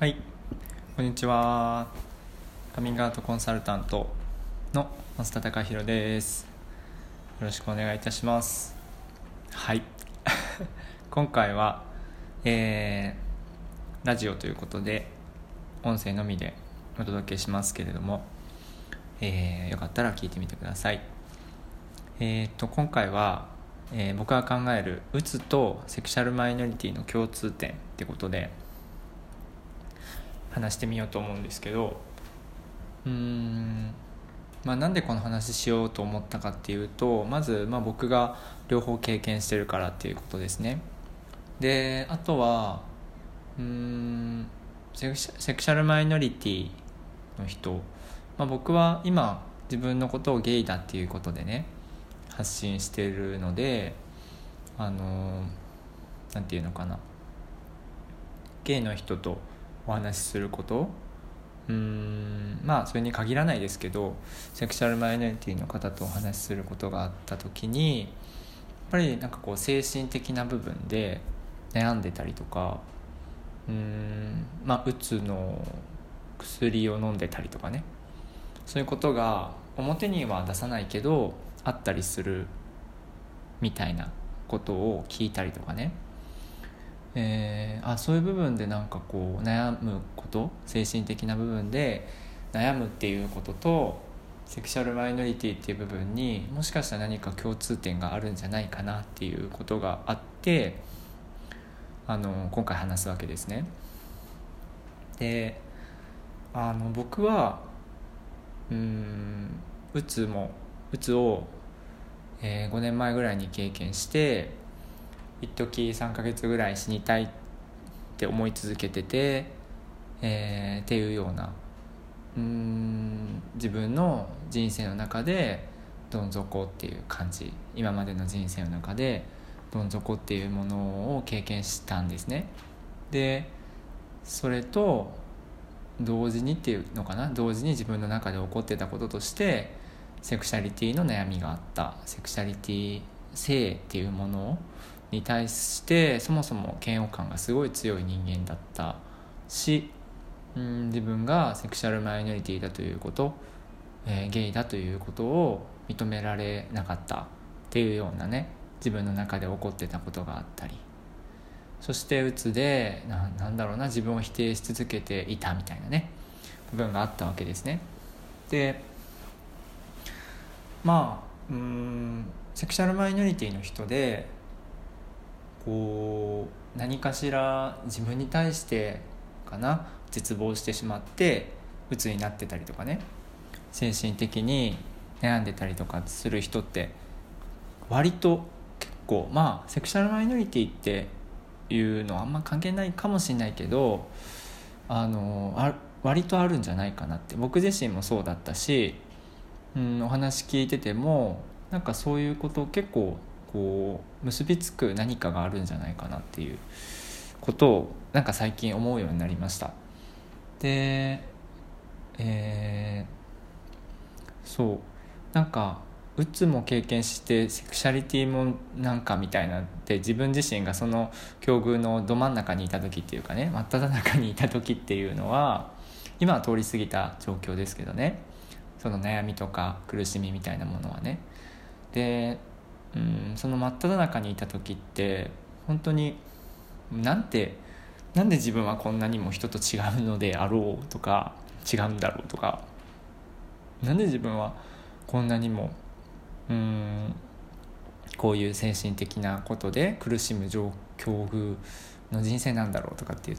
はい、こんにちは。カミングアウトコンサルタントの増田貴弘です。よろしくお願いいたします。はい今回は、ラジオということで音声のみでお届けしますけれども、よかったら聞いてみてください。今回は、僕が考えるうつとセクシャルマイノリティの共通点ってことで話してみようと思うんですけど、なんでこの話しようと思ったかっていうと、まず、僕が両方経験してるからっていうことですね。で、あとはセクシャルマイノリティの人、僕は今自分のことをゲイだっていうことでね発信してるので、なんていうのかな、ゲイの人とお話しすること、それに限らないですけど、セクシャルマイノリティの方とお話しすることがあった時に、やっぱりなんかこう精神的な部分で悩んでたりとか、うつの薬を飲んでたりとかね、そういうことが表には出さないけどあったりするみたいなことを聞いたりとかね、そういう部分でなんかこう悩むこと、精神的な部分で悩むっていうこととセクシャルマイノリティっていう部分にもしかしたら何か共通点があるんじゃないかなっていうことがあって、今回話すわけですね。で、僕はうつを、5年前ぐらいに経験して、一時3ヶ月ぐらい死にたいって思い続けてて、っていうような自分の人生の中でどん底っていう感じ、今までの人生の中でどん底っていうものを経験したんですね。でそれと同時にっていうのかな、同時に自分の中で起こってたこととしてセクシャリティの悩みがあった。セクシャリティ性っていうものに対してそもそも嫌悪感がすごい強い人間だったし、自分がセクシャルマイノリティだということ、ゲイだということを認められなかったっていうようなね、自分の中で起こってたことがあったり、そしてうつでなんだろうな、自分を否定し続けていたみたいなね部分があったわけですね。でセクシャルマイノリティの人でこう何かしら自分に対してかな絶望してしまって鬱になってたりとかね、精神的に悩んでたりとかする人って割と結構、セクシャルマイノリティっていうのはあんま関係ないかもしれないけど、割とあるんじゃないかなって。僕自身もそうだったし、お話聞いててもなんかそういうこと結構こう結びつく何かがあるんじゃないかなっていうことをなんか最近思うようになりました。で、そうなんかうつも経験してセクシャリティもなんかみたいなって自分自身がその境遇のど真ん中にいた時っていうかね、真っ只中にいた時っていうのは今は通り過ぎた状況ですけどね、その悩みとか苦しみみたいなものはね。で、その真っ只中にいた時って本当になんで自分はこんなにも人と違うのであろうとか、違うんだろうとか、なんで自分はこんなにもこういう精神的なことで苦しむ境遇の人生なんだろうとかって言って、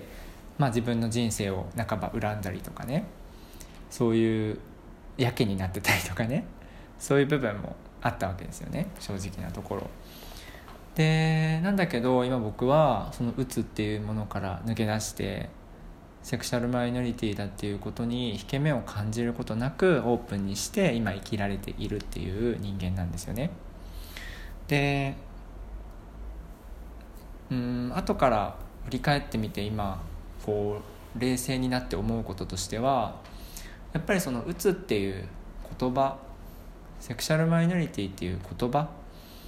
自分の人生を半ば恨んだりとかね、そういうやけになってたりとかね、そういう部分もあったわけですよね、正直なところで。なんだけど今僕はそのうつっていうものから抜け出してセクシャルマイノリティだっていうことに引け目を感じることなくオープンにして今生きられているっていう人間なんですよね。で、後から振り返ってみて今こう冷静になって思うこととしては、やっぱりそのうつっていう言葉、セクシャルマイノリティっていう言葉、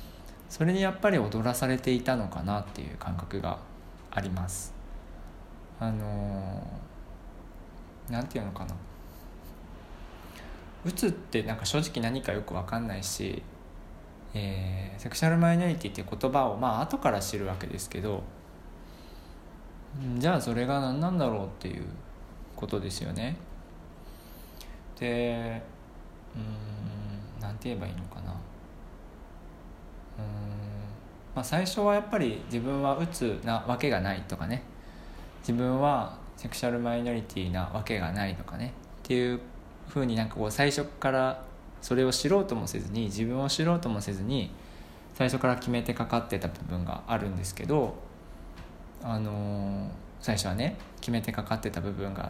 それにやっぱり踊らされていたのかなっていう感覚があります。 なんていうのかな、うつってなんか正直何かよく分かんないし、セクシャルマイノリティっていう言葉を後から知るわけですけど、じゃあそれが何なんだろうっていうことですよね。で、なんて言えばいいのかな、最初はやっぱり自分はうつなわけがないとかね、自分はセクシャルマイノリティなわけがないとかねっていう風になんかこう最初からそれを知ろうともせずに、自分を知ろうともせずに最初から決めてかかってた部分があるんですけど、最初はね決めてかかってた部分があって、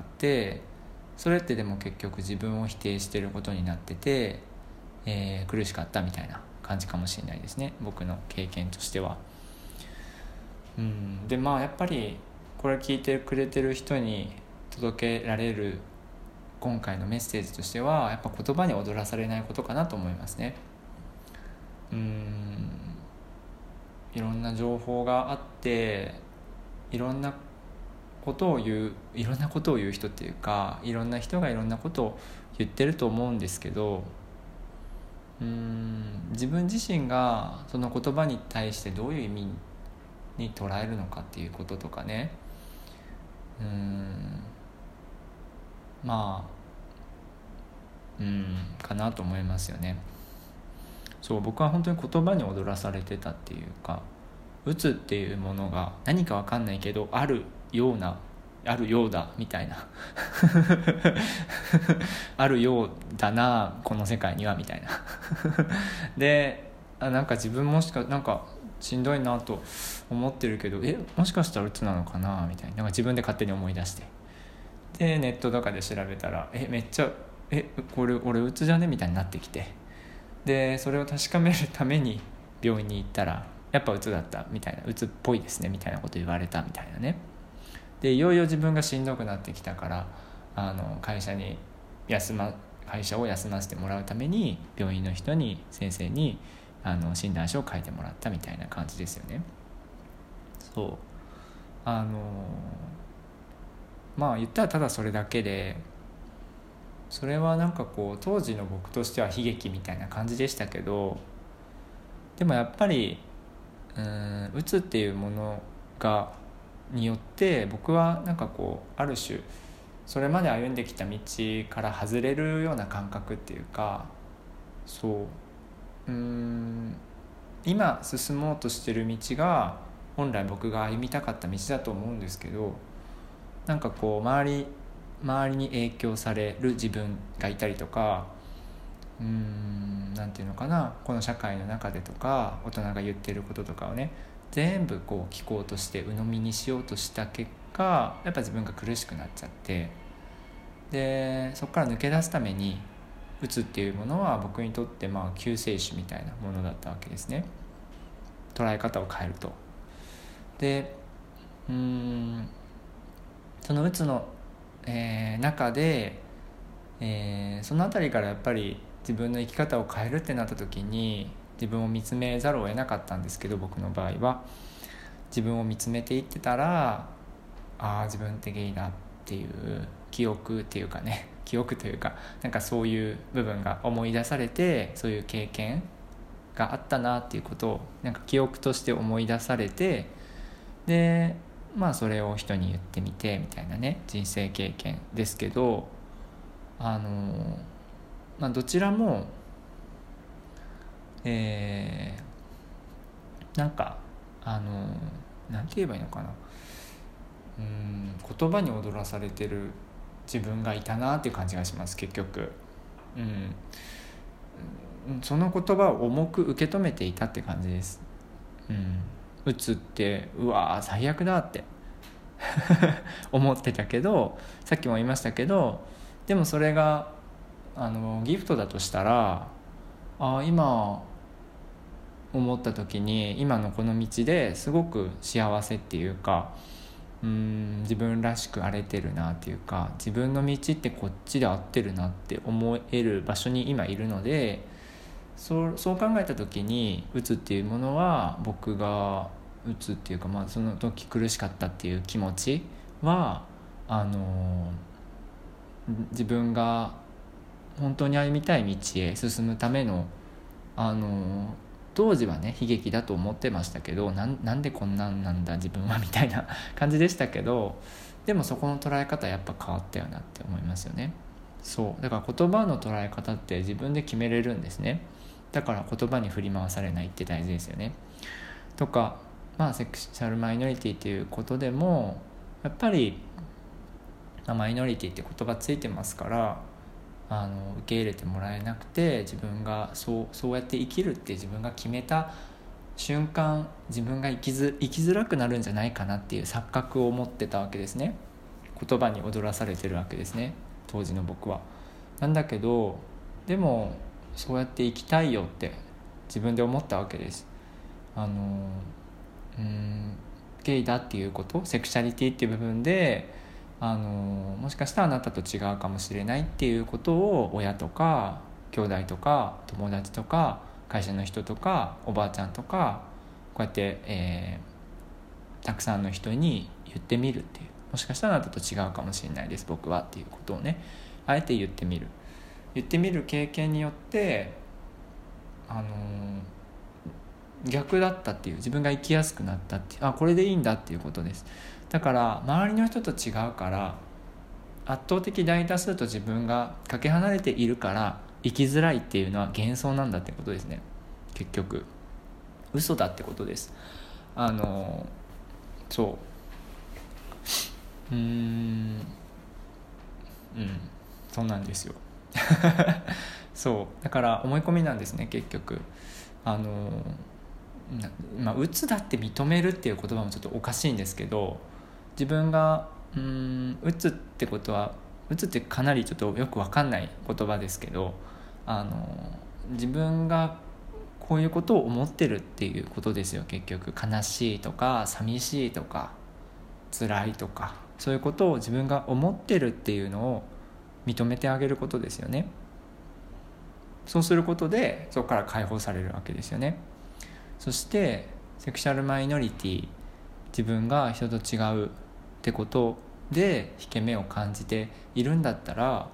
それってでも結局自分を否定してることになってて、苦しかったみたいな感じかもしれないですね、僕の経験としては。でやっぱりこれ聞いてくれてる人に届けられる今回のメッセージとしては、やっぱ言葉に踊らされないことかなと思いますね。いろんな情報があって、いろんなことを言う人っていうか、いろんな人がいろんなことを言ってると思うんですけど、自分自身がその言葉に対してどういう意味に捉えるのかっていうこととかね、かなと思いますよね。そう、僕は本当に言葉に踊らされてたっていうか、うつっていうものが何か分かんないけどあるようだみたいなあるようだなこの世界にはみたいなで、なんか自分なんかしんどいなと思ってるけど、もしかしたらうつなのかなみたいな、なんか自分で勝手に思い出して、でネットとかで調べたらめっちゃこれ俺うつじゃねみたいになってきて、でそれを確かめるために病院に行ったらやっぱうつだったみたいな、うつっぽいですねみたいなこと言われたみたいなね。でいよいよ自分がしんどくなってきたから、会社を休ませてもらうために病院の人に先生に診断書を書いてもらったみたいな感じですよね。そう言ったらただそれだけで、それはなんかこう当時の僕としては悲劇みたいな感じでしたけど、でもやっぱりうつっていうものによって僕はなんかこうある種それまで歩んできた道から外れるような感覚っていうか、今進もうとしてる道が本来僕が歩みたかった道だと思うんですけど、なんかこう周りに影響される自分がいたりとか、なんていうのかな、この社会の中でとか大人が言ってることとかをね全部こう聞こうとして鵜呑みにしようとした結果、やっぱ自分が苦しくなっちゃって、でそこから抜け出すためにうつっていうものは僕にとって救世主みたいなものだったわけですね、捉え方を変えると。でそのうつの、中で、そのあたりからやっぱり自分の生き方を変えるってなった時に自分を見つめざるを得なかったんですけど、僕の場合は自分を見つめていってたら、自分ってゲイだっていう記憶というかなんかそういう部分が思い出されて、そういう経験があったなっていうことをなんか記憶として思い出されて、でそれを人に言ってみてみたいなね、人生経験ですけど、どちらもなんかなんて言えばいいのかな、言葉に踊らされてる自分がいたなっていう感じがします、結局。その言葉を重く受け止めていたって感じです。うつってうわ最悪だって思ってたけど、さっきも言いましたけど、でもそれがギフトだとしたら、今思った時に今のこの道ですごく幸せっていうか、自分らしく荒れてるなっていうか、自分の道ってこっちで合ってるなって思える場所に今いるので、そう考えた時にうつっていうものは僕がうつっていうか、その時苦しかったっていう気持ちは自分が本当に歩みたい道へ進むための当時はね悲劇だと思ってましたけど、なんでこんなんなんだ自分はみたいな感じでしたけど、でもそこの捉え方やっぱ変わったよなって思いますよね。そうだから言葉の捉え方って自分で決めれるんですね。だから言葉に振り回されないって大事ですよね。とかセクシャルマイノリティっていうことでもやっぱり、マイノリティって言葉ついてますから受け入れてもらえなくて、自分がそうやって生きるって自分が決めた瞬間、自分が生きづらくなるんじゃないかなっていう錯覚を持ってたわけですね。言葉に踊らされてるわけですね、当時の僕は。なんだけどでもそうやって生きたいよって自分で思ったわけです。ゲイだっていうこと、セクシャリティっていう部分でもしかしたらあなたと違うかもしれないっていうことを親とか兄弟とか友達とか会社の人とかおばあちゃんとかこうやって、たくさんの人に言ってみるっていう、もしかしたらあなたと違うかもしれないです僕はっていうことをね、あえて言ってみる経験によって逆だったっていう、自分が生きやすくなったっていう、これでいいんだっていうことです。だから周りの人と違うから圧倒的大多数と自分がかけ離れているから生きづらいっていうのは幻想なんだってことですね。結局嘘だってことです。そうそうなんですよそうだから思い込みなんですね結局。鬱だって認めるっていう言葉もちょっとおかしいんですけど、自分が鬱ってことは、鬱ってかなりちょっとよく分かんない言葉ですけど、自分がこういうことを思ってるっていうことですよ結局。悲しいとか寂しいとか辛いとかそういうことを自分が思ってるっていうのを認めてあげることですよね。そうすることでそこから解放されるわけですよね。そしてセクシャルマイノリティ、自分が人と違うってことで引け目を感じているんだったら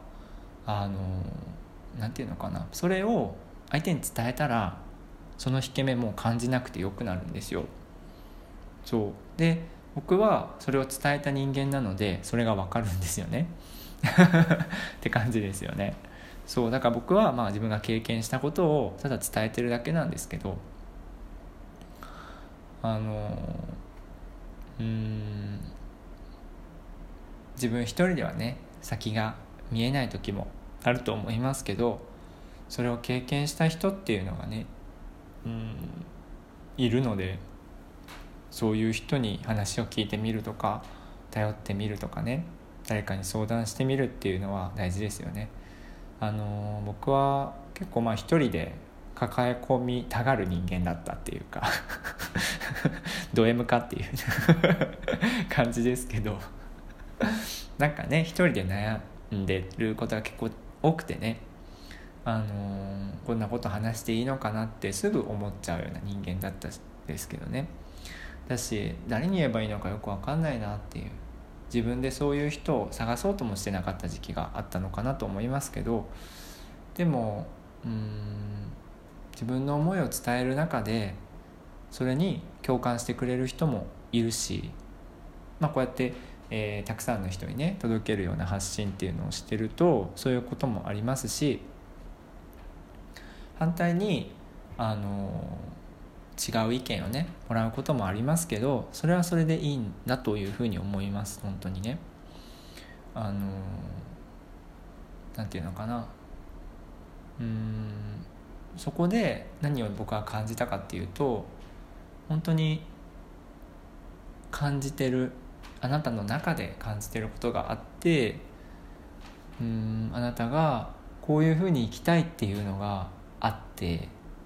なんていうのかな、それを相手に伝えたらその引け目もう感じなくてよくなるんですよ。そうで僕はそれを伝えた人間なのでそれが分かるんですよねって感じですよね。そうだから僕は自分が経験したことをただ伝えてるだけなんですけど、自分一人ではね先が見えない時もあると思いますけど、それを経験した人っていうのがねいるので、そういう人に話を聞いてみるとか頼ってみるとかね、誰かに相談してみるっていうのは大事ですよね。僕は結構一人で抱え込みたがる人間だったっていうかド M かっていう感じですけどなんかね一人で悩んでることが結構多くてね、こんなこと話していいのかなってすぐ思っちゃうような人間だったんですけどね。だし誰に言えばいいのかよく分かんないなっていう、自分でそういう人を探そうともしてなかった時期があったのかなと思いますけど、でも自分の思いを伝える中でそれに共感してくれる人もいるし、こうやって、たくさんの人にね届けるような発信っていうのをしてるとそういうこともありますし、反対に違う意見をねもらうこともありますけど、それはそれでいいんだというふうに思います。本当にねなんていうのかな、そこで何を僕は感じたかっていうと、本当に感じてる、あなたの中で感じてることがあって、あなたがこういうふうに生きたいっていうのがあって、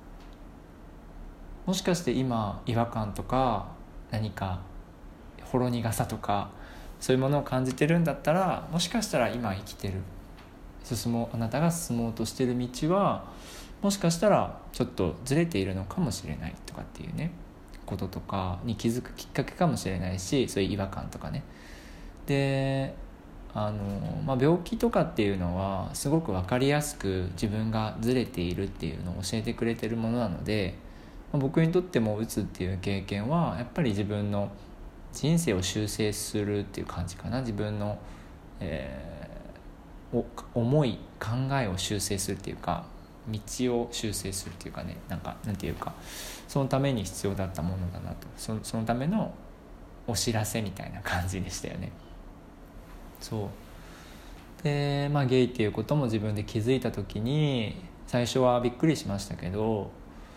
もしかして今違和感とか何かほろ苦さとかそういうものを感じてるんだったら、もしかしたら今生きてるあなたが進もうとしてる道はもしかしたらちょっとずれているのかもしれないとかっていうねこととかに気づくきっかけかもしれないし、そういう違和感とかね。 で病気とかっていうのはすごく分かりやすく自分がずれているっていうのを教えてくれてるものなので、僕にとってもうつっていう経験はやっぱり自分の人生を修正するっていう感じかな。自分の、思い考えを修正するっていうか、道を修正するっていうかね、なんていうか、そのために必要だったものだなと、そのためのお知らせみたいな感じでしたよね。そうで、ゲイっていうことも自分で気づいた時に最初はびっくりしましたけど、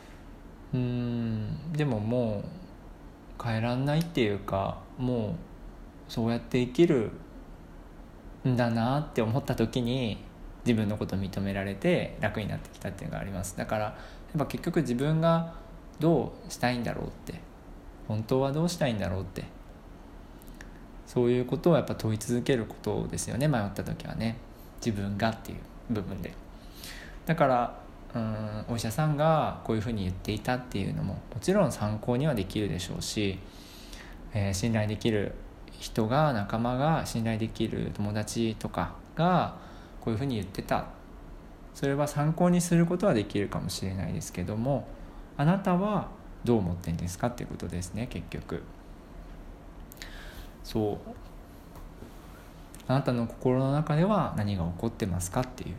でももう変えらんないっていうか、もうそうやって生きるんだなって思った時に自分のことを認められて楽になってきたっていうのがあります。だからやっぱ結局自分がどうしたいんだろうって、本当はどうしたいんだろうって、そういうことをやっぱ問い続けることですよね。迷った時はね、自分がっていう部分で。だからお医者さんがこういうふうに言っていたっていうのももちろん参考にはできるでしょうし、信頼できる人が、仲間が、信頼できる友達とかがこういうふうに言ってた、それは参考にすることはできるかもしれないですけども、あなたはどう思ってんですかっていうことですね。結局そう、あなたの心の中では何が起こってますかっていう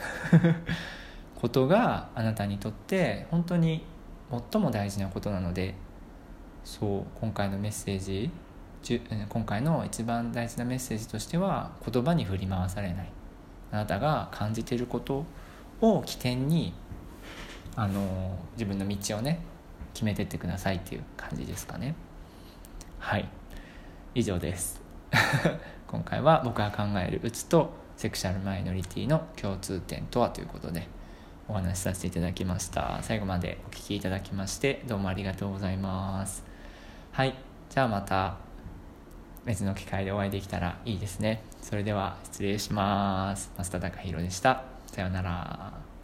ことがあなたにとって本当に最も大事なことなので、そう今回のメッセージ、今回の一番大事なメッセージとしては、言葉に振り回されない、あなたが感じていることを起点に自分の道をね決めてってくださいっていう感じですかね。はい、以上です今回は僕が考えるうつとセクシャルマイノリティの共通点とはということでお話しさせていただきました。最後までお聞きいただきましてどうもありがとうございます。はい、じゃあまた別の機会でお会いできたらいいですね。それでは失礼します。増田貴弘でした。さようなら。